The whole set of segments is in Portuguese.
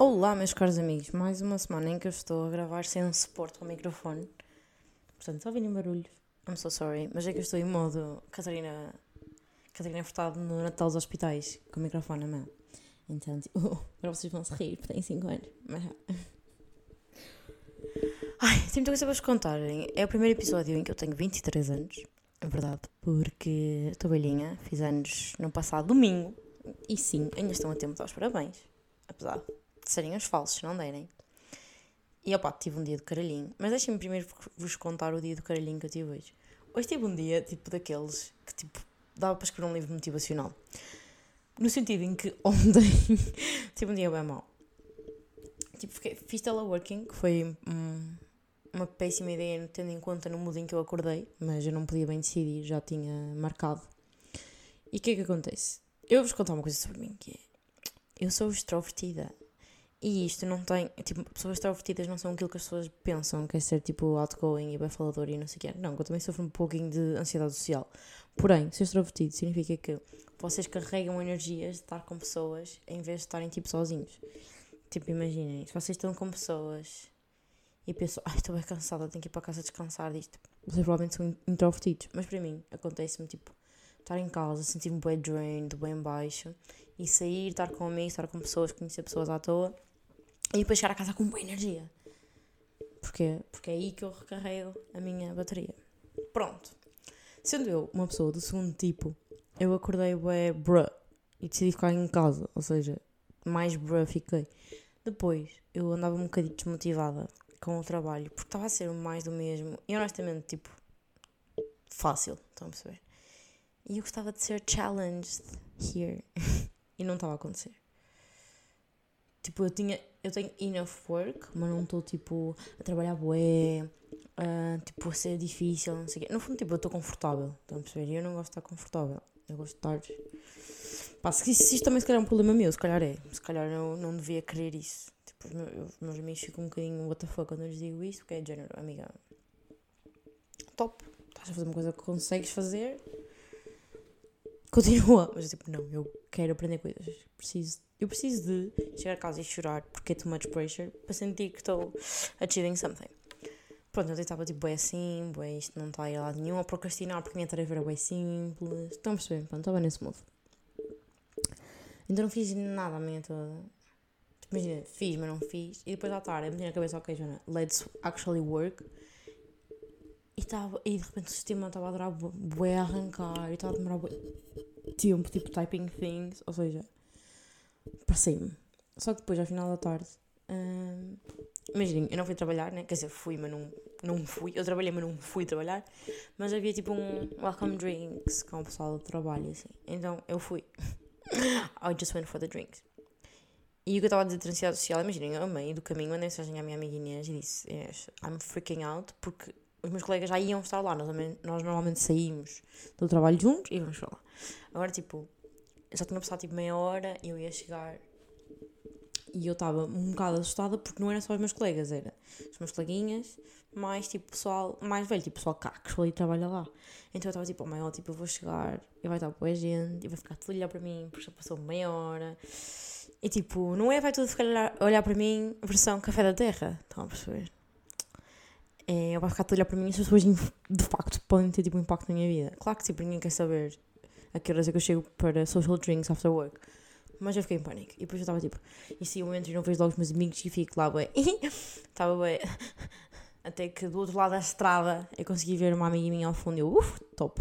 Olá, meus caros amigos, mais uma semana em que eu estou a gravar sem um suporte ao microfone. Portanto, se ouvirem barulhos, I'm so sorry, mas é que eu estou em modo Catarina Furtado no Natal dos Hospitais, com o microfone na mão. Então, tipo, agora vocês vão se rir, porque têm 5 anos. Mas... Ai, tenho muita coisa para vos contarem. É o primeiro episódio em que eu tenho 23 anos, é verdade, porque estou velhinha, fiz anos no passado domingo, e sim, ainda estão a tempo de dar os parabéns, apesar de serem os falsos, não derem. E opá, tive um dia do caralhinho. Mas deixem-me primeiro vos contar o dia do caralhinho que eu tive hoje. Hoje tive um dia, tipo, daqueles que, tipo, dava para escrever um livro motivacional. No sentido em que ontem tive um dia bem mau. Tipo, fiz teleworking, que foi uma péssima ideia, tendo em conta no mood em que eu acordei. Mas eu não podia bem decidir, já tinha marcado. E o que é que acontece? Eu vou-vos contar uma coisa sobre mim, que é... Eu sou extrovertida. E isto não tem... Tipo, pessoas extrovertidas não são aquilo que as pessoas pensam, que é ser, tipo, outgoing e bem falador e não sei o quê. Não, eu também sofro um pouquinho de ansiedade social. Porém, ser extrovertido significa que vocês carregam energias de estar com pessoas em vez de estarem, tipo, sozinhos. Tipo, imaginem, se vocês estão com pessoas e pensam, ai, estou bem cansada, tenho que ir para casa descansar disto. Vocês provavelmente são introvertidos. Mas para mim, acontece-me, tipo, estar em casa, sentir-me bem drained, bem baixo, e sair, estar com amigos, estar com pessoas, conhecer pessoas à toa, e depois chegar a casa com boa energia. Porquê? Porque é aí que eu recarrego a minha bateria. Pronto. Sendo eu uma pessoa do segundo tipo, eu acordei bué bruh e decidi ficar em casa. Ou seja, mais bruh fiquei. Depois, eu andava um bocadinho desmotivada com o trabalho, porque estava a ser mais do mesmo. E honestamente, tipo, fácil, estão a perceber? E eu gostava de ser challenged here. E não estava a acontecer. Tipo, eu tenho enough work, mas não estou, tipo, a trabalhar bué, tipo, a ser difícil, não sei o quê. No fundo, tipo, eu estou confortável, estão a perceber? E eu não gosto de estar confortável. Eu gosto de estar... Pá, se isto também se calhar é um problema meu, se calhar é. Se calhar eu não devia querer isso. Tipo, os meus amigos ficam um bocadinho what the fuck quando eu lhes digo isto, porque é de género, amiga, top, estás a fazer uma coisa que consegues fazer, continua. Mas tipo, não, eu quero aprender coisas, eu preciso de chegar a casa e chorar porque é too much pressure para sentir que estou achieving something. Pronto, eu estava tipo, é assim, bué, isto não está a ir a lado nenhum, a procrastinar porque a minha tarefa era bem simples. Estão a perceber? Pronto, estava nesse modo. Então não fiz nada a manhã toda. Tipo, imagina, fiz, mas não fiz. E depois à tarde, eu meti na cabeça, ok, Joana, let's actually work. E de repente o sistema estava a durar bué a arrancar e estava a demorar bué tempo, tipo, typing things, ou seja, passei-me. Só que depois, ao final da tarde, imaginem, eu não fui trabalhar, né? Quer dizer, fui, mas não fui. Eu trabalhei, mas não fui trabalhar. Mas havia tipo um welcome drinks com o pessoal do trabalho, assim. Então eu fui. I just went for the drinks. E o que eu estava a dizer de ansiedade social, imaginem, eu a meio do caminho mandei mensagem à minha amiga Inês e disse, I'm freaking out, porque os meus colegas já iam estar lá. Nós normalmente saímos do trabalho juntos e vamos para lá. Agora, tipo, já tinha passado tipo meia hora e eu ia chegar e eu estava um bocado assustada porque não eram só os meus colegas, era os meus coleguinhas, mais tipo pessoal mais velho, tipo pessoal cá que escolhi e trabalha lá. Então eu estava tipo, oh my god, tipo, eu vou chegar e vai estar boa gente e vai ficar tudo a olhar para mim porque já passou meia hora. E tipo, não é vai tudo ficar a olhar para mim versão café da terra, estão a perceber? Vai ficar tudo a olhar para mim e as pessoas de facto podem ter tipo um impacto na minha vida. Claro que tipo, ninguém quer saber a que horas é que eu chego para social drinks after work. Mas eu fiquei em pânico. E depois eu estava tipo, e se eu entro e não vejo logo os meus amigos e fico lá, bué. Estava bué. Até que do outro lado da estrada eu consegui ver uma amiga minha ao fundo e eu, top.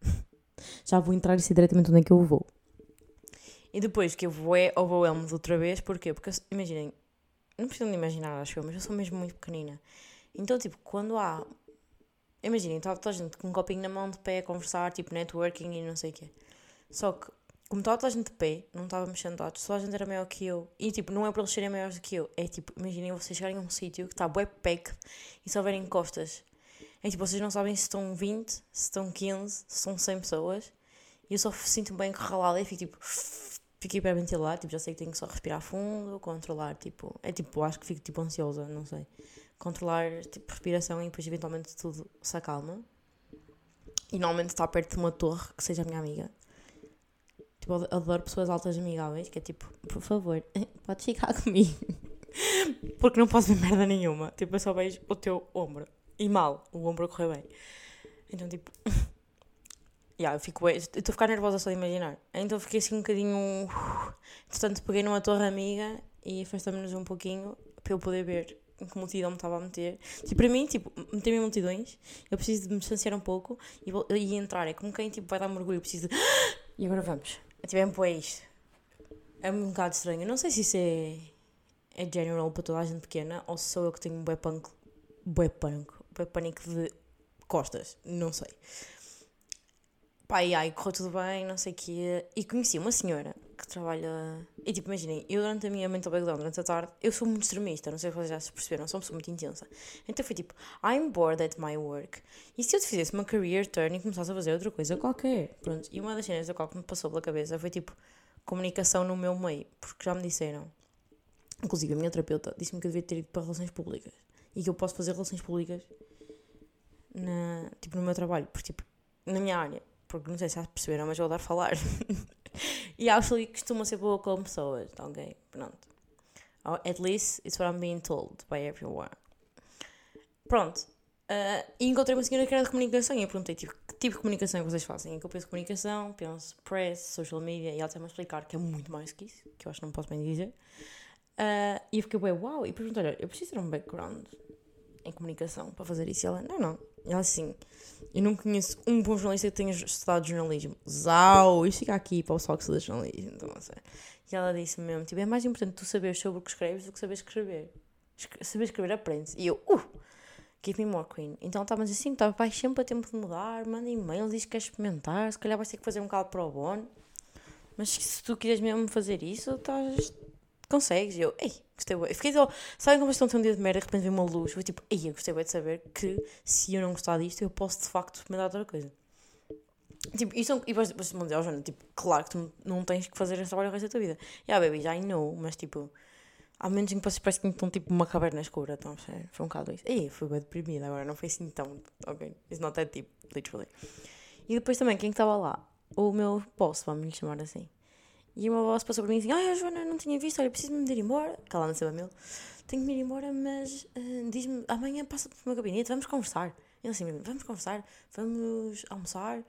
Já vou entrar e sei diretamente onde é que eu vou. E depois que eu vou overwhelmed outra vez, porquê? Porque, imaginem, não precisam de imaginar, acho eu, mas eu sou mesmo muito pequenina. Então, tipo, quando há... Imaginem, estava toda a gente com um copinho na mão de pé a conversar, tipo, networking e não sei o quê. Só que, como estava toda a gente de pé, não estávamos sentados, toda a gente era maior que eu. E, tipo, não é para eles serem maiores do que eu. É, tipo, imaginem vocês chegarem a um sítio que está bué packed e só verem costas. É, tipo, vocês não sabem se estão 20, se estão 15, se estão 100 pessoas. E eu só sinto-me bem encurralada e fico, tipo... Fico hiperventilar, tipo, já sei que tenho que só respirar fundo, controlar, tipo... É, tipo, acho que fico, tipo, ansiosa, não sei. Controlar, tipo, respiração e depois, eventualmente, tudo se acalma. E, normalmente, está perto de uma torre que seja a minha amiga. Tipo, adoro pessoas altas amigáveis, que é tipo, por favor, pode ficar comigo. Porque não posso ver merda nenhuma. Tipo, eu só vejo o teu ombro. E mal, o ombro a correr bem. Então, tipo... eu estou a ficar nervosa só de imaginar. Então fiquei assim um bocadinho... Entretanto, peguei numa torre amiga e afastamos-nos um pouquinho para eu poder ver em que multidão me estava a meter. Tipo, para mim, tipo, meter-me em multidões, eu preciso de me distanciar um pouco e entrar. É como quem, tipo, vai dar mergulho, eu preciso de... E agora vamos. Tivemos para isto. É um bocado estranho. Eu não sei se isso é general para toda a gente pequena ou se sou eu que tenho bué pânico de costas. Não sei. Pá, e aí correu tudo bem, não sei o quê. E conheci uma senhora que trabalha... E tipo, imaginem, eu durante a minha mental breakdown, durante a tarde, eu sou muito extremista, não sei se vocês já se perceberam, sou uma pessoa muito intensa. Então foi tipo, I'm bored at my work. E se eu te fizesse uma career turn e começasse a fazer outra coisa qualquer? Pronto. E uma das cenas da qual me passou pela cabeça foi tipo, comunicação no meu meio. Porque já me disseram, inclusive a minha terapeuta, disse-me que eu devia ter ido para relações públicas. E que eu posso fazer relações públicas no meu trabalho. Porque tipo, na minha área. Porque não sei se já perceberam, mas eu vou dar a falar. E actually costuma ser boa com pessoas, ok? Pronto. At least it's what I'm being told by everyone. Pronto. E encontrei uma senhora que era de comunicação e eu perguntei tipo, que tipo de comunicação é que vocês fazem? E que eu penso comunicação, penso press, social media, e ela tem-me a explicar que é muito mais que isso, que eu acho que não posso bem dizer. E eu fiquei, uau, e perguntei, olha, eu preciso ter um background em comunicação para fazer isso. E ela, não. E ela assim, eu não conheço um bom jornalista que tenha estudado jornalismo. Zau! Isto fica aqui para o pessoal que estuda jornalismo. Então, não sei. E ela disse mesmo, tipo, é mais importante tu saberes sobre o que escreves do que saber escrever. Saber escrever aprende-se. E eu, give me more queen. Então estávamos assim, vais sempre a tempo de mudar, manda e-mail, diz que queres experimentar, se calhar vais ter que fazer um bocado pro bono. Mas se tu quiseres mesmo fazer isso, consegues. E eu, gostei bué. Fiquei só, sabem como estão a ter um dia de merda e de repente veio uma luz? Eu tipo, eu gostei bué de saber que se eu não gostar disto, eu posso de facto experimentar outra coisa. Tipo, e depois me dizer, Joana, tipo, claro que tu não tens que fazer este trabalho o resto da tua vida. Baby, já I know, mas tipo, há momentos em que vocês parecem que estão tipo uma caverna escura, então, foi um bocado isso. Fui bem deprimida agora, não foi assim tão, ok? It's not that deep, literally. E depois também, quem estava lá? O meu boss, vamos lhe chamar assim. E o meu boss passou por mim assim, a Joana, não tinha visto, olha, preciso-me de ir embora. Cala não sei a mil. Tenho que me ir embora, mas diz-me, amanhã passa para o meu gabinete, vamos conversar. Ele assim, vamos conversar, vamos almoçar,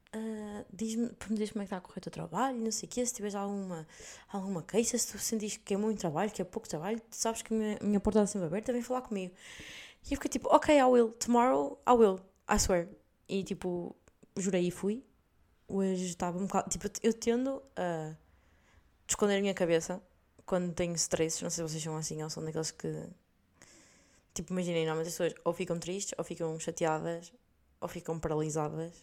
diz-me como é que está a correr o teu trabalho, não sei o quê, se tiveres alguma queixa, se tu sentires que é muito trabalho, que é pouco trabalho, tu sabes que a minha porta está sempre aberta, vem falar comigo. E eu fiquei tipo, ok, I will, tomorrow I will, I swear. E tipo, jurei e fui. Hoje estava um bocado, tipo, eu tendo a esconder a minha cabeça quando tenho stress, não sei se vocês são assim ou são daqueles que, tipo, imaginem, normalmente as pessoas ou ficam tristes, ou ficam chateadas, ou ficam paralisadas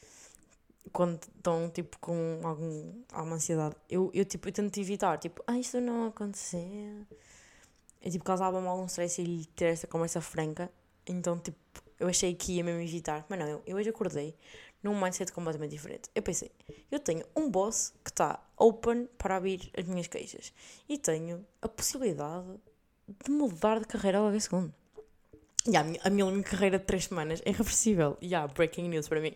quando estão, tipo, com alguma ansiedade. Eu tento evitar, tipo, isto não aconteceu. É tipo, causava-me algum stress e ter essa conversa franca, então, tipo, eu achei que ia mesmo evitar, mas não, eu hoje acordei num mindset completamente diferente. Eu pensei, eu tenho um boss que está open para abrir as minhas queixas e tenho a possibilidade de mudar de carreira logo em segundo. A minha carreira de 3 semanas é irreversível. Breaking news para mim.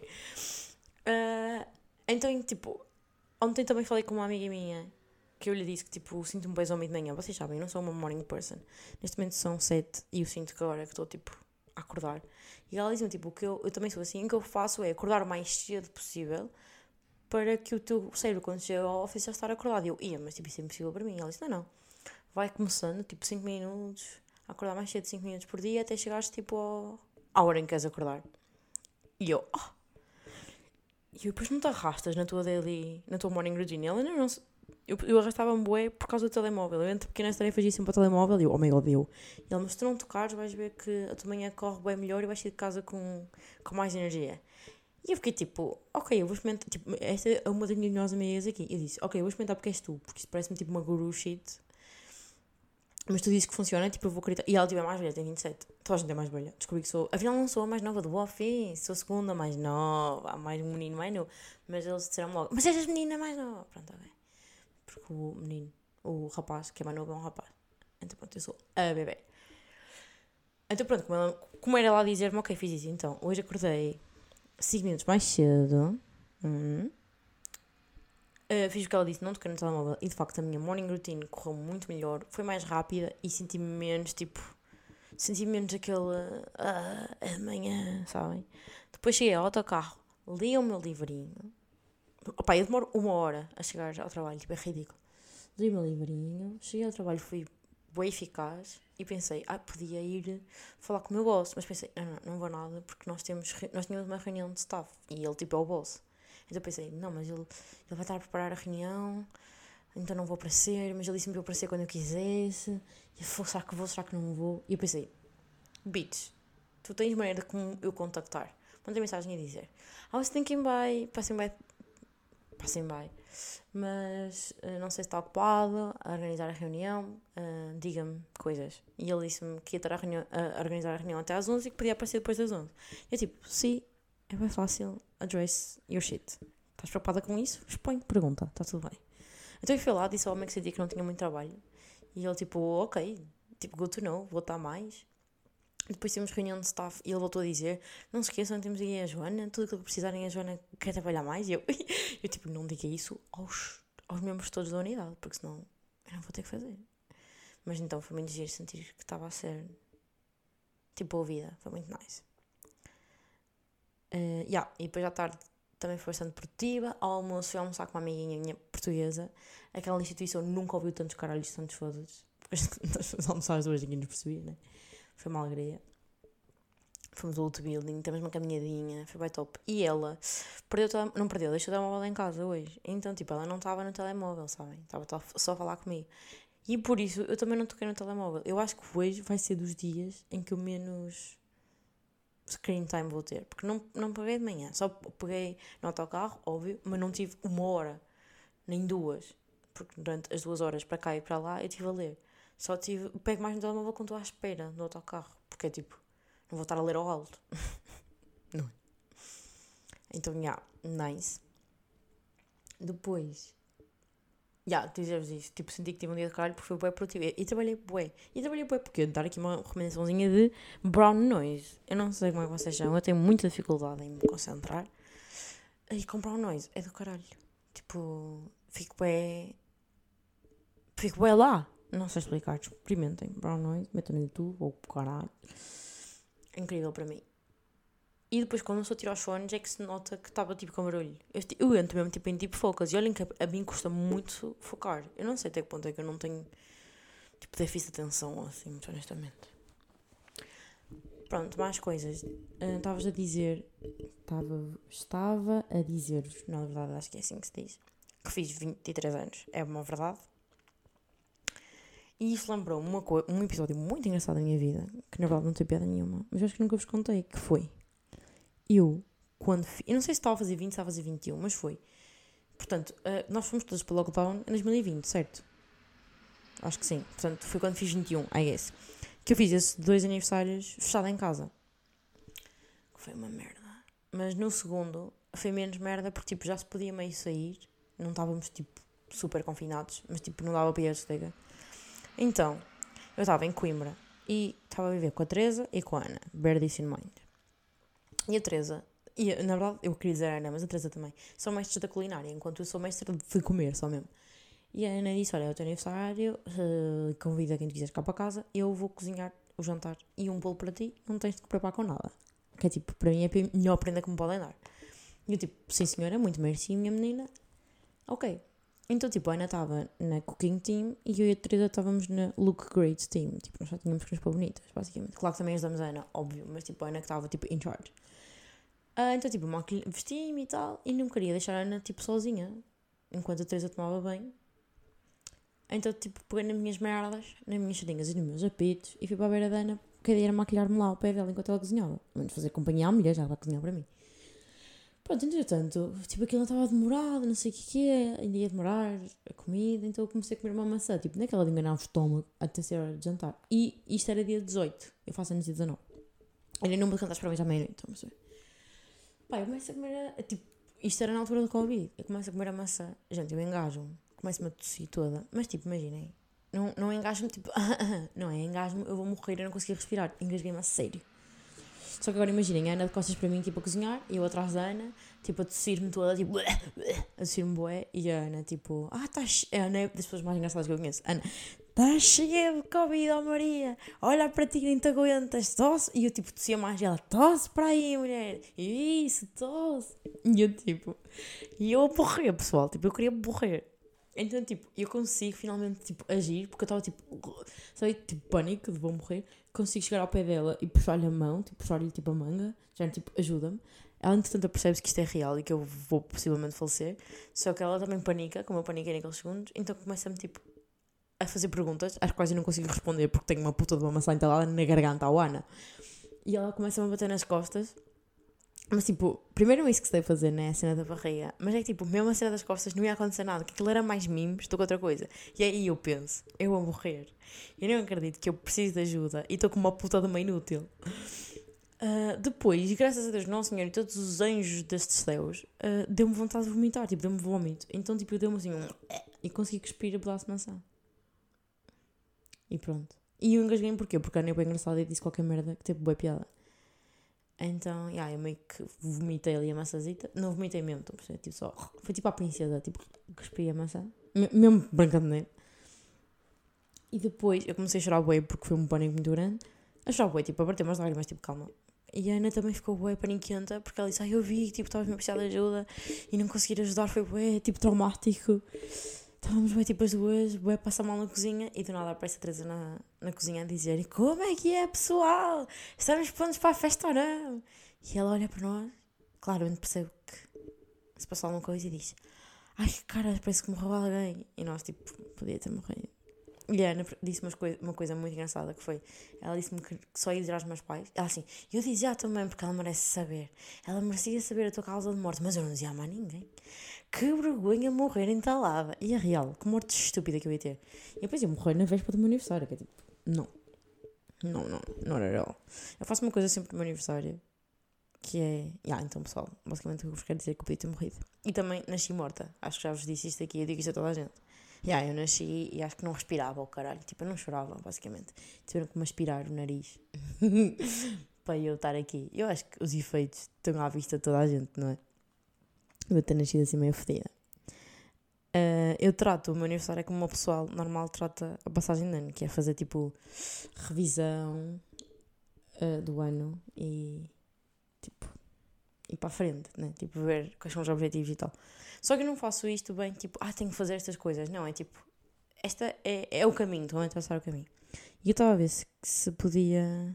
Então, tipo, ontem também falei com uma amiga minha que eu lhe disse que, tipo, sinto-me bem homem de manhã. Vocês sabem, eu não sou uma morning person. Neste momento são 7 e eu sinto que agora que estou, tipo, a acordar. E ela disse-me, tipo, que eu também sou assim, o que eu faço é acordar o mais cedo possível para que o teu cérebro, quando chega ao office, já estar acordado. E eu, mas tipo, isso é impossível para mim. E ela disse, não. Vai começando, tipo, 5 minutos, a acordar mais cedo 5 minutos por dia, até chegares, tipo, à hora em que queres acordar. E eu, E depois não te arrastas na tua daily, na tua morning routine. Ela não eu arrastava-me bué por causa do telemóvel. Eu entre pequenas tarefas ia sempre para o telemóvel e eu, oh my god, E ela, mas se tu não tocares, vais ver que a tua manhã corre bem melhor e vais sair de casa com mais energia. E eu fiquei tipo, ok, eu vou experimentar. Tipo, esta é uma das minhas melhores amigas aqui. Eu disse, ok, eu vou experimentar porque és tu, porque isso parece-me tipo uma guru shit. Mas tu dizes que funciona, tipo, eu vou acreditar. E ela tiver mais velha, tem 27. Toda a gente é mais velha. Descobri que sou. Afinal, não sou a mais nova do office. Sou a segunda mais nova. Há mais um menino mais novo. Mas eles disseram logo: mas és a menina mais nova. Pronto, ok. Porque o menino, o rapaz, que é mais novo, é um rapaz. Então, pronto, eu sou a bebê. Então, pronto, como era ela a dizer-me: ok, fiz isso. Então, hoje acordei 5 minutos mais cedo. Fiz o que ela disse, não toquei no telemóvel. E de facto a minha morning routine correu muito melhor. Foi mais rápida e senti-me menos, tipo... Senti menos aquele... amanhã, sabem? Depois cheguei ao autocarro, li o meu livrinho. Opa, eu demoro 1 hora a chegar ao trabalho, tipo, é ridículo. Li o meu livrinho, cheguei ao trabalho, fui bem eficaz e pensei, podia ir falar com o meu boss, mas pensei, não vou nada porque nós tínhamos uma reunião de staff e ele tipo é o boss. Então pensei, não, mas ele vai estar a preparar a reunião, então não vou aparecer, mas ele disse-me para eu aparecer quando eu quisesse, e eu vou, será que vou, será que não vou? E eu pensei, bitch, tu tens maneira de como eu contactar. Mandei mensagem a dizer, I was thinking passing by, mas não sei se está ocupado a organizar a reunião, diga-me coisas. E ele disse-me que ia estar a organizar a reunião até às 11 e que podia aparecer depois das 11. Eu tipo, sim, é bem fácil, address your shit. Estás preocupada com isso? Expõe, pergunta, está tudo bem. Então eu fui lá, disse ao homem que sentia que não tinha muito trabalho. E ele tipo, ok, tipo, good to know, vou estar mais. Depois temos reunião de staff e ele voltou a dizer, não se esqueçam, temos aí a Joana, tudo aquilo que precisarem a Joana quer trabalhar mais. E eu tipo, não diga isso aos membros todos da unidade, porque senão eu não vou ter que fazer. Mas então foi muito giro sentir que estava a ser, tipo, ouvida, foi muito nice. E depois à tarde também foi bastante produtiva. Ao almoço fui almoçar com uma amiguinha minha portuguesa. Aquela instituição nunca ouviu tantos caralhos, tantos foda-se. Nós almoçar as duas, ninguém nos percebia, né? Foi uma alegria. Fomos ao outro building, temos uma caminhadinha, foi bem top. E ela não perdeu, deixou o telemóvel em casa hoje. Então, tipo, ela não estava no telemóvel, sabem? Estava só a falar comigo. E por isso, eu também não toquei no telemóvel. Eu acho que hoje vai ser dos dias em que eu menos screen time vou ter. Porque não peguei de manhã, só peguei no autocarro, óbvio, mas não tive 1 hora, nem 2. Porque durante as 2 horas para cá e para lá, eu estive a ler. Pego mais no telemóvel quando estou à espera do autocarro. Porque é tipo, não vou estar a ler ao alto. Não é? Então, nice. Depois, dizer-vos isto. Tipo, senti que tive um dia de caralho porque foi bué produtivo. E trabalhei bué. Porque eu dar aqui uma recomendaçãozinha de brown noise. Eu não sei como é que vocês chamam. Eu tenho muita dificuldade em me concentrar. E com brown noise é do caralho. Tipo, fico bué lá. Não sei explicar, experimentem. Brown noise, metam no YouTube ou caralho. É incrível para mim. E depois quando eu só tiro os fones é que se nota que estava tipo com barulho. Eu entro mesmo tipo em tipo focus. E olhem que a mim custa muito focar. Eu não sei até que ponto é que eu não tenho tipo déficit de atenção assim, muito honestamente. Pronto, mais coisas. Estava a dizer-vos, na verdade acho que é assim que se diz, que fiz 23 anos. É uma verdade. E isso lembrou-me um episódio muito engraçado da minha vida, que na verdade não tem piada nenhuma, mas acho que nunca vos contei, que foi... Eu não sei se estava a fazer 20, se estava a fazer 21, mas foi. Portanto, nós fomos todos para o lockdown em 2020, certo? Acho que sim. Portanto, foi quando fiz 21, I guess. Que eu fiz esses 2 aniversários fechado em casa. Que foi uma merda. Mas no segundo, foi menos merda, porque tipo, já se podia meio sair. Não estávamos tipo, super confinados, mas tipo, não dava para ir à discoteca. Então, eu estava em Coimbra e estava a viver com a Teresa e com a Ana. Bear this in mind. E a Teresa, na verdade eu queria dizer a Ana, mas a Teresa também, são mestres da culinária, enquanto eu sou mestre de comer só mesmo. E a Ana disse, olha, é o teu aniversário, convida quem tu quiseres cá para casa, eu vou cozinhar o jantar e um bolo para ti, não tens de te preocupar com nada. Que é tipo, para mim é a melhor prenda que me podem dar. E eu tipo, sim senhora, muito merci, minha menina. Ok. Então tipo, a Ana estava na cooking team e eu e a Teresa estávamos na look great team. Tipo, nós só tínhamos que nos pôr bonitas, basicamente. Claro que também ajudamos a Ana, óbvio, mas tipo, a Ana que estava tipo in charge. Então, tipo, vesti-me e tal, e não queria deixar a Ana, tipo, sozinha, enquanto a Teresa tomava banho. Então, tipo, peguei nas minhas merdas, nas minhas sardinhas e nos meus apitos, e fui para a beira da Ana, porque ia maquilhar-me lá ao pé dela enquanto ela cozinhava. Menos fazer companhia à mulher, já ela cozinhava para mim. Pronto, entretanto, tipo, aquilo estava demorado, não sei o que é, ainda ia demorar a comida, então eu comecei a comer uma maçã, tipo, naquela de enganar o estômago até ser hora de jantar. E isto era dia 18, eu faço anos dia 19. Ainda não me cantaste para mim já meia-noite, então, mas... Pá, eu começo a comer, tipo, isto era na altura do Covid, eu começo a comer a maçã, gente, eu engajo-me, começo-me a tossir toda, mas tipo, imaginem, não engasgo-me, tipo, não é engasgo-me, eu vou morrer, eu não consegui respirar, engasguei-me a sério. Só que agora imaginem, a Ana de costas para mim, tipo, a cozinhar, e eu atrás da Ana, tipo, a tossir-me toda, tipo, a tossir-me bué, e a Ana, tipo, a Ana é das pessoas mais engraçadas que eu conheço. Ana, estás cheia de Covid, ó Maria, olha para ti, nem te aguentas, tosse. E eu, tipo, tossia mais, e ela, tosse para aí, mulher, isso, tosse. E eu, tipo, e eu a morrer, pessoal, tipo, eu queria morrer. Então, tipo, eu consigo finalmente, tipo, agir, porque eu estava, tipo, sabe, tipo, pânico de vou morrer. Consigo chegar ao pé dela e puxar-lhe a mão, tipo, puxar-lhe, tipo, a manga, já, tipo, ajuda-me. Ela, entretanto, percebe que isto é real e que eu vou possivelmente falecer. Só que ela também panica, como eu paniquei naqueles segundos, então começa-me, tipo, a fazer perguntas, às quais eu não consigo responder porque tenho uma puta de uma maçã entalada na garganta à Ana. E ela começa-me a bater nas costas. Mas, tipo, primeiro é isso que se deve fazer, né? A cena da barriga. Mas é que, tipo, mesmo a cena das costas não ia acontecer nada, que aquilo era mais memes do que outra coisa. E aí eu penso, eu vou morrer. Eu não acredito que eu preciso de ajuda e estou com uma puta de uma inútil. Depois, graças a Deus, Nosso Senhor e todos os anjos destes céus, deu-me vontade de vomitar, tipo, deu-me vómito. Então, tipo, eu dei-me assim um... E consegui cuspir a pedaço de maçã. E pronto. E eu engasguei porquê? Porque a Ana é bem engraçada e disse qualquer merda que teve boa piada. Então, eu meio que vomitei ali a maçãzita. Não vomitei mesmo, estou a perceber, tipo só... Foi tipo a princesa, tipo, cuspi a maçã. Mesmo brincando nele. E depois eu comecei a chorar bué porque foi um pânico muito grande. A chorar bué, tipo, a bater umas lágrimas, tipo, calma. E a Ana também ficou bué paniquenta porque ela disse, eu vi que, tipo, estavas-me a precisar de ajuda e não conseguir ajudar foi bué, tipo, traumático. Estávamos bué, tipo, as duas, bué, passar mal na cozinha e do nada aparece a Teresa na cozinha a dizer, e como é que é, pessoal? Estamos prontos para a festa ou não? E ela olha para nós, claramente percebe que se passou alguma coisa e diz, ai que cara, parece que morreu alguém. E nós, tipo, podia ter morrido. E a Ana disse uma coisa muito engraçada que foi, ela disse-me que só ia dizer aos meus pais. Ela assim, eu dizia também porque ela merece saber. Ela merecia saber a tua causa de morte, mas eu não dizia a mais ninguém. Que vergonha morrer entalada. E a real, que morte estúpida que eu ia ter. E depois eu morrer na véspera do meu aniversário, que é tipo, não era all. Eu faço uma coisa sempre no meu aniversário, que é, então pessoal, basicamente o que eu vos quero dizer é que eu podia ter morrido. E também nasci morta, acho que já vos disse isto aqui, eu digo isto a toda a gente. Eu nasci e acho que não respirava, o caralho, tipo, eu não chorava, basicamente. Tiveram que me aspirar o nariz para eu estar aqui. Eu acho que os efeitos estão à vista de toda a gente, não é? Eu ter nascido assim meio fedida. Eu trato o meu aniversário como uma pessoa normal trata a passagem de ano, que é fazer tipo revisão do ano e tipo ir para a frente, né? Tipo ver quais são os objetivos e tal. Só que eu não faço isto bem, tipo, tenho que fazer estas coisas. Não, é tipo, esta é o caminho, estou a traçar o caminho. E eu estava a ver se podia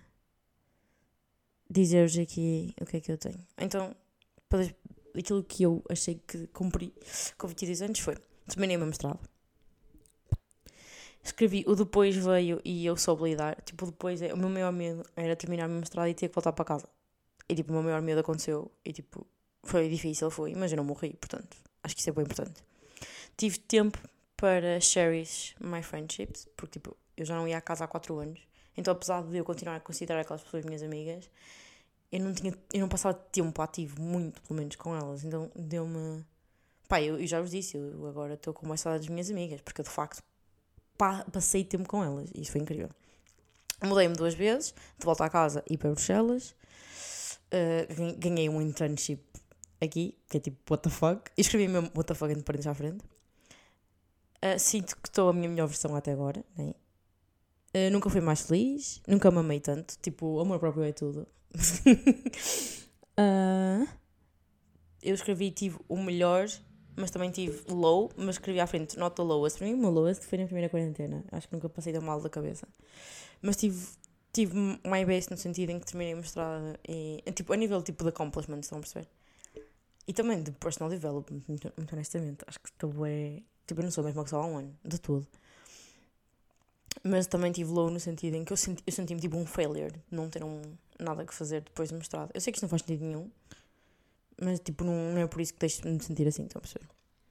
dizer-vos aqui o que é que eu tenho. Então, aquilo que eu achei que cumpri com 22 anos foi, terminei o meu mestrado. Escrevi, o depois veio e eu soube lidar. Tipo, depois, o meu maior medo era terminar o meu mestrado e ter que voltar para casa. E tipo, o meu maior medo aconteceu e tipo, foi difícil, mas eu não morri, portanto, acho que isso é bem importante. Tive tempo para cherish my friendships, porque tipo, eu já não ia à casa há 4 anos. Então, apesar de eu continuar a considerar aquelas pessoas minhas amigas, eu não passava tempo ativo, muito, pelo menos, com elas. Então, deu-me... eu já vos disse, eu agora estou com mais saudades das minhas amigas, porque eu, de facto, passei tempo com elas. E isso foi incrível. Mudei-me 2 vezes, de volta à casa e para Bruxelas. Ganhei um internship aqui, que é tipo, what the fuck. E escrevi mesmo, what the fuck, entre parênteses à frente. Sinto que estou a minha melhor versão até agora, né? Nunca fui mais feliz, nunca me amei tanto. Tipo, amor próprio é tudo. Eu escrevi, tive o melhor, mas também tive low, mas escrevi à frente, not the lowest. Para mim, o meu lowest foi na primeira quarentena. Acho que nunca passei tão mal da cabeça. Mas tive my best no sentido em que terminei a mestrado e, tipo, a nível tipo de accomplishment, estão a perceber? E também de personal development, muito honestamente. Acho que estou tipo, eu não sou a mesma pessoa há um ano, de tudo. Mas também tive low no sentido em que eu senti-me tipo um failure, não ter nada que fazer depois do mestrado. Eu sei que isto não faz sentido nenhum, mas tipo, não é por isso que deixo-me sentir assim, estão a perceber?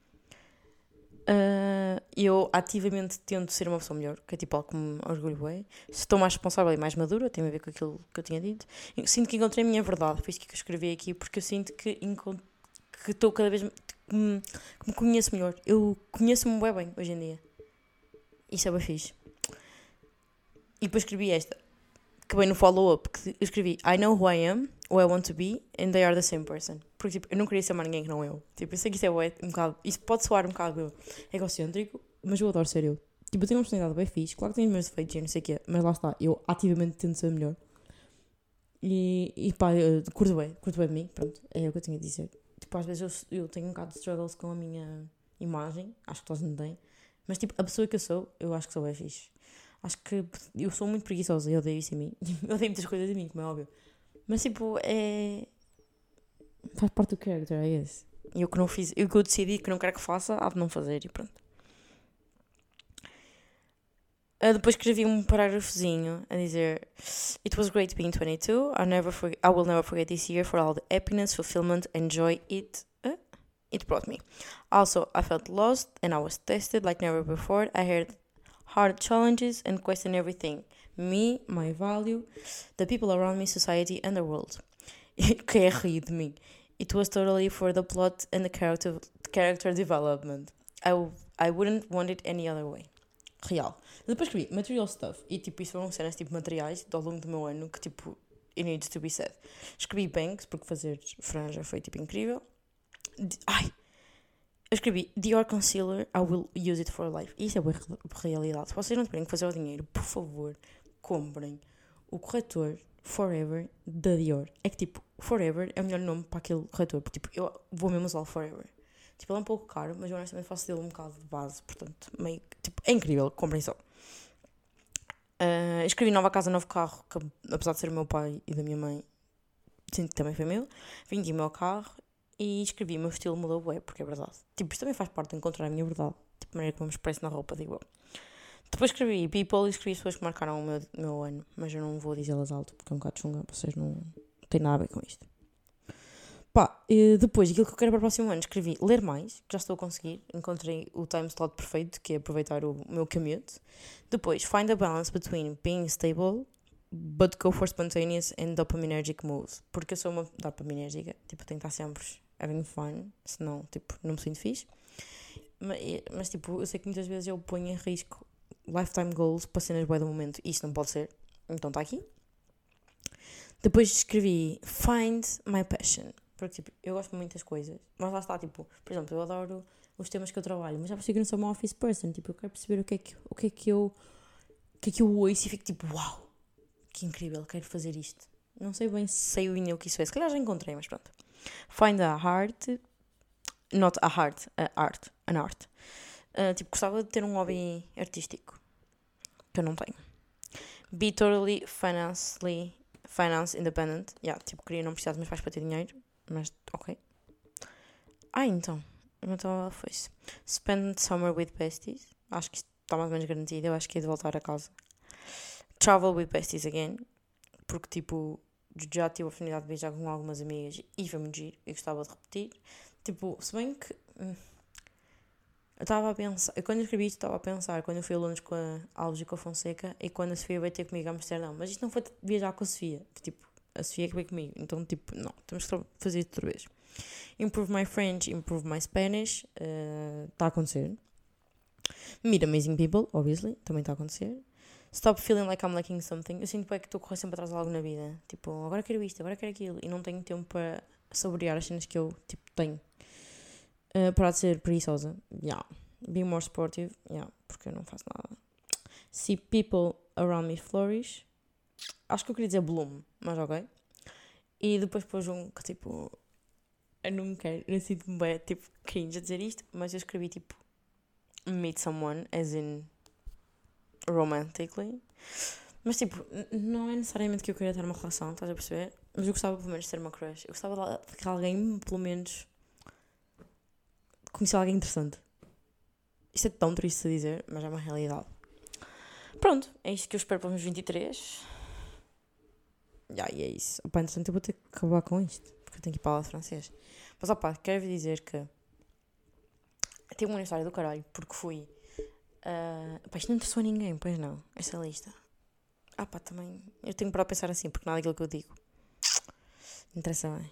Eu ativamente tento ser uma pessoa melhor, que é tipo algo que me orgulho bem. Estou mais responsável e mais madura, tem a ver com aquilo que eu tinha dito. Eu sinto que encontrei a minha verdade, foi isso que eu escrevi aqui, porque eu sinto que estou cada vez que me conheço melhor. Eu conheço-me bem hoje em dia. Isso é bem fixe. E depois escrevi esta, acabei no follow-up, que eu escrevi I know who I am, who I want to be, and they are the same person. Porque, tipo, eu não queria ser mais ninguém que não eu. Tipo, eu sei que isso é um bocado... Isso pode soar um bocado egocêntrico, mas eu adoro ser eu. Tipo, eu tenho uma personalidade bem fixe. Claro que tenho os meus defeitos e não sei o quê, mas lá está. Eu ativamente tento ser melhor. E pá, eu curto bem de mim. Pronto, é o que eu tinha a dizer. Tipo, às vezes eu tenho um bocado de struggles com a minha imagem. Acho que todos não têm. Mas, tipo, a pessoa que eu sou, eu acho que sou bem fixe. Acho que eu sou muito preguiçosa e odeio isso em mim. Eu odeio muitas coisas em mim, como é óbvio. Mas, tipo, faz parte do character, é esse. E eu que não fiz, eu que eu decidi que não quero que faça, há de não fazer e pronto. Depois escrevi um parágrafozinho a dizer It was great being 22. I will never forget this year for all the happiness, fulfillment and joy it brought me. Also, I felt lost and I was tested like never before. I had hard challenges and questioned everything. Me, my value, the people around me, society and the world. Que é rir de mim. It was totally for the plot and the character development. I wouldn't want it any other way. Real. Depois escrevi material stuff. E tipo, isso foram cenas tipo materiais ao longo do meu ano que tipo, it needs to be said. Escrevi bangs, porque fazer franja foi tipo incrível. Eu escrevi Dior Concealer, I will use it for life. E isso é boa realidade. Se vocês não tiverem que fazer o dinheiro, por favor, comprem o corretor Forever da Dior. É que tipo, Forever é o melhor nome para aquele corretor. Porque tipo, eu vou mesmo usar o Forever. Tipo, ele é um pouco caro, mas eu honestamente faço dele um bocado de base. Portanto, meio tipo, é incrível, comprem só. Escrevi nova casa, novo carro, que apesar de ser o meu pai e da minha mãe, sinto que também foi meu. Vendi o meu carro e escrevi o meu estilo mudou bué, porque é verdade. Tipo, isto também faz parte de encontrar a minha verdade. Tipo, a maneira como eu me expresso na roupa, digo eu. Depois escrevi people e escrevi pessoas que marcaram o meu ano, mas eu não vou dizê-las alto, porque é um bocado chunga, vocês não têm nada a ver com isto. Pá, depois, aquilo que eu quero para o próximo ano, escrevi ler mais, que já estou a conseguir. Encontrei o time slot perfeito, que é aproveitar o meu commute. Depois, find a balance between being stable, but go for spontaneous and dopaminergic moves. Porque eu sou uma dopaminérgica, tipo, tenho que estar sempre having fun, senão, tipo, não me sinto fixe. Mas tipo, eu sei que muitas vezes eu ponho em risco lifetime goals para cenas boas do momento, e isso não pode ser. Então está aqui. Depois escrevi find my passion. Porque, tipo, eu gosto de muitas coisas. Mas lá está, tipo, por exemplo, eu adoro os temas que eu trabalho. Mas já percebi que não sou uma office person. Tipo, eu quero perceber o que é que eu ouço e fico tipo, uau, que incrível, quero fazer isto. Não sei bem se sei o que isso é. Se calhar já encontrei, mas pronto. Find a heart. Not a heart, a art. An art. Tipo, gostava de ter um hobby artístico. Que eu não tenho. Be totally finance independent. Tipo, queria não precisar dos meus pais para ter dinheiro. Mas, ok. Então foi-se. Spend summer with besties. Acho que isto está mais ou menos garantido. Eu acho que é de voltar a casa. Travel with besties again. Porque, tipo, já tive a oportunidade de viajar com algumas amigas e foi muito giro. Eu gostava de repetir. Tipo, se bem que... Eu estava a pensar... Quando eu escrevi isto, estava a pensar quando eu fui a Londres com a Alves e com a Fonseca e quando a Sofia veio ter comigo a Amsterdão. Mas isto não foi viajar com a Sofia. Tipo, a Sofia que veio comigo. Então, tipo, não. Temos que fazer isto outra vez. Improve my French, improve my Spanish. Está a acontecer. Meet amazing people, obviously. Também está a acontecer. Stop feeling like I'm lacking something. Eu sinto bem que estou a correr sempre atrás de algo na vida. Tipo, agora quero isto, agora quero aquilo. E não tenho tempo para saborear as cenas que eu, tipo, tenho. Parar de ser preguiçosa. Be more sportive. Porque eu não faço nada. See people around me flourish. Acho que eu queria dizer bloom, mas ok. E depois pôs um que, tipo... Eu não quero, eu sinto-me bem, tipo, cringe a dizer isto, mas eu escrevi, tipo, meet someone, as in... romantically. Mas tipo, não é necessariamente que eu queria ter uma relação, estás a perceber? Mas eu gostava pelo menos de ter uma crush. Eu gostava de que alguém, pelo menos, conhecesse alguém interessante. Isto é tão triste a dizer, mas é uma realidade. Pronto, é isto que eu espero para os meus 23. E é isso. Opa, entretanto eu vou ter que acabar com isto, porque eu tenho que ir para a aula de francês. Mas opa, quero dizer que tive uma história do caralho, porque fui... isto não interessou a ninguém, pois não, esta lista. Também, eu tenho para pensar assim, porque nada daquilo que eu digo me interessa bem.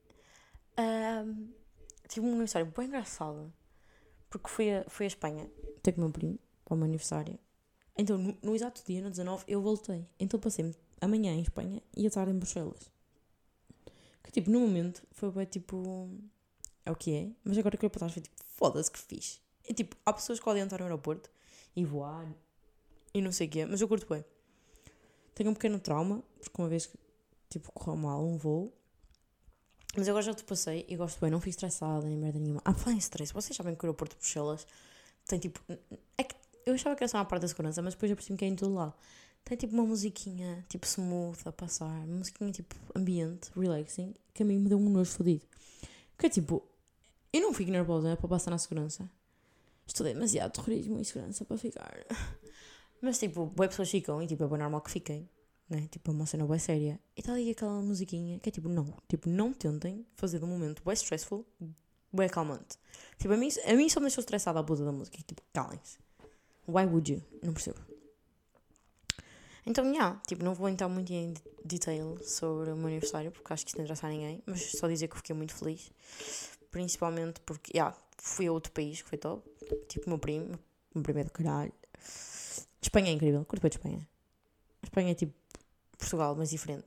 Tive uma história bem engraçada, porque fui a Espanha ter com o meu primo, para o meu aniversário, Então, no exato dia, no 19, eu voltei. Então passei amanhã em Espanha e a tarde em Bruxelas. Que tipo, no momento, foi bem tipo... É o que é. Mas agora que eu para trás foi tipo, foda-se que fixe. E tipo, há pessoas que podem entrar no aeroporto e voar e não sei o quê. Mas eu curto bem. Tenho um pequeno trauma, porque uma vez que tipo, correu mal um voo. Mas agora já te passei e gosto bem, não fico estressada nem merda nenhuma. Ah, falar em stress, vocês sabem que o aeroporto de Bruxelas tem tipo... É que eu achava que era só uma parte da segurança, mas depois eu percebi que é em todo lado. Tem tipo uma musiquinha, tipo smooth a passar, uma musiquinha tipo ambiente, relaxing, que a mim me deu um nojo fodido. Que é tipo, eu não fico nervosa para passar na segurança. Estudei demasiado terrorismo e segurança para ficar. Mas tipo, boas pessoas ficam e tipo, é bem normal que fiquem, né? Tipo, é uma cena bem séria. E está ali aquela musiquinha que é tipo, não tentem fazer de um momento bem stressful, bem calmante. Tipo, a mim só me deixou estressada a puta da música. Tipo, calem-se. Why would you? Não percebo. Então, tipo, não vou entrar muito em detail sobre o meu aniversário, porque acho que isso não interessa a ninguém, mas só dizer que eu fiquei muito feliz. Principalmente porque, fui a outro país, que foi top. Tipo, meu primo é do caralho. Espanha é incrível, curto bem de Espanha. Espanha é tipo Portugal, mas diferente.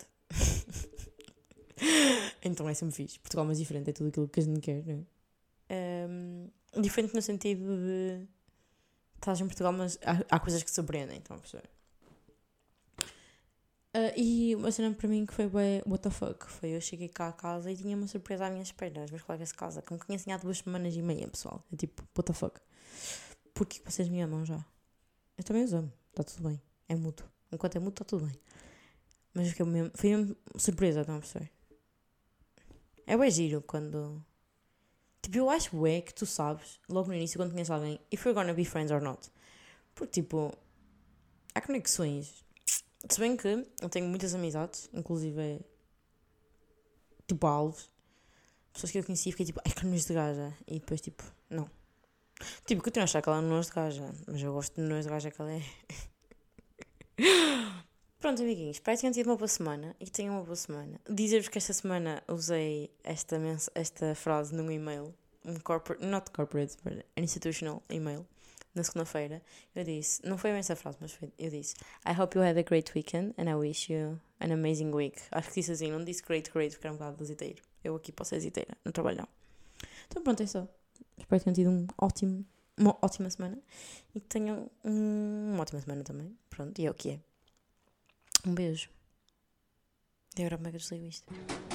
Então é sempre fixe. Portugal, mas diferente, é tudo aquilo que a gente quer, não é? Diferente no sentido de... Estás em Portugal, mas há coisas que te surpreendem, então a perceber. E uma cena para mim que foi bem what the fuck foi eu cheguei cá a casa e tinha uma surpresa à minha espera, as minhas colegas de casa, que me conhecem há 2 semanas e meia, pessoal. É tipo, what the fuck. Porquê que vocês me amam já? Eu também os amo, está tudo bem, é mútuo. Enquanto é mútuo, está tudo bem. Mas foi mesmo surpresa, estão a perceber? É bem giro quando... Tipo, eu acho que tu sabes, logo no início, quando conheces alguém, if you're gonna be friends or not. Porque, tipo, há conexões. Se bem que eu tenho muitas amizades, inclusive, tipo, alvos. Pessoas que eu conheci e fiquei tipo, ai que nojo de gaja. E depois, tipo, não. Tipo, continuo a achar que ela é um nojo de gaja. Mas eu gosto de nojo de gaja que ela é. Pronto, amiguinhos, espero que tenham tido uma boa semana e que tenham uma boa semana. Dizer-vos que esta semana usei esta frase num e-mail, not corporate, but an institutional e-mail, na segunda-feira. Eu disse, não foi bem essa frase, mas eu disse, I hope you had a great weekend and I wish you an amazing week. Acho que disse assim, não disse great, porque era um bocado azeiteiro. Eu aqui posso ser azeiteira, no trabalho não. Então pronto, é só. Espero que tenham tido uma ótima semana e que tenham uma ótima semana também. Pronto, e é o que é. Um beijo. E agora como é que eu desligo isto?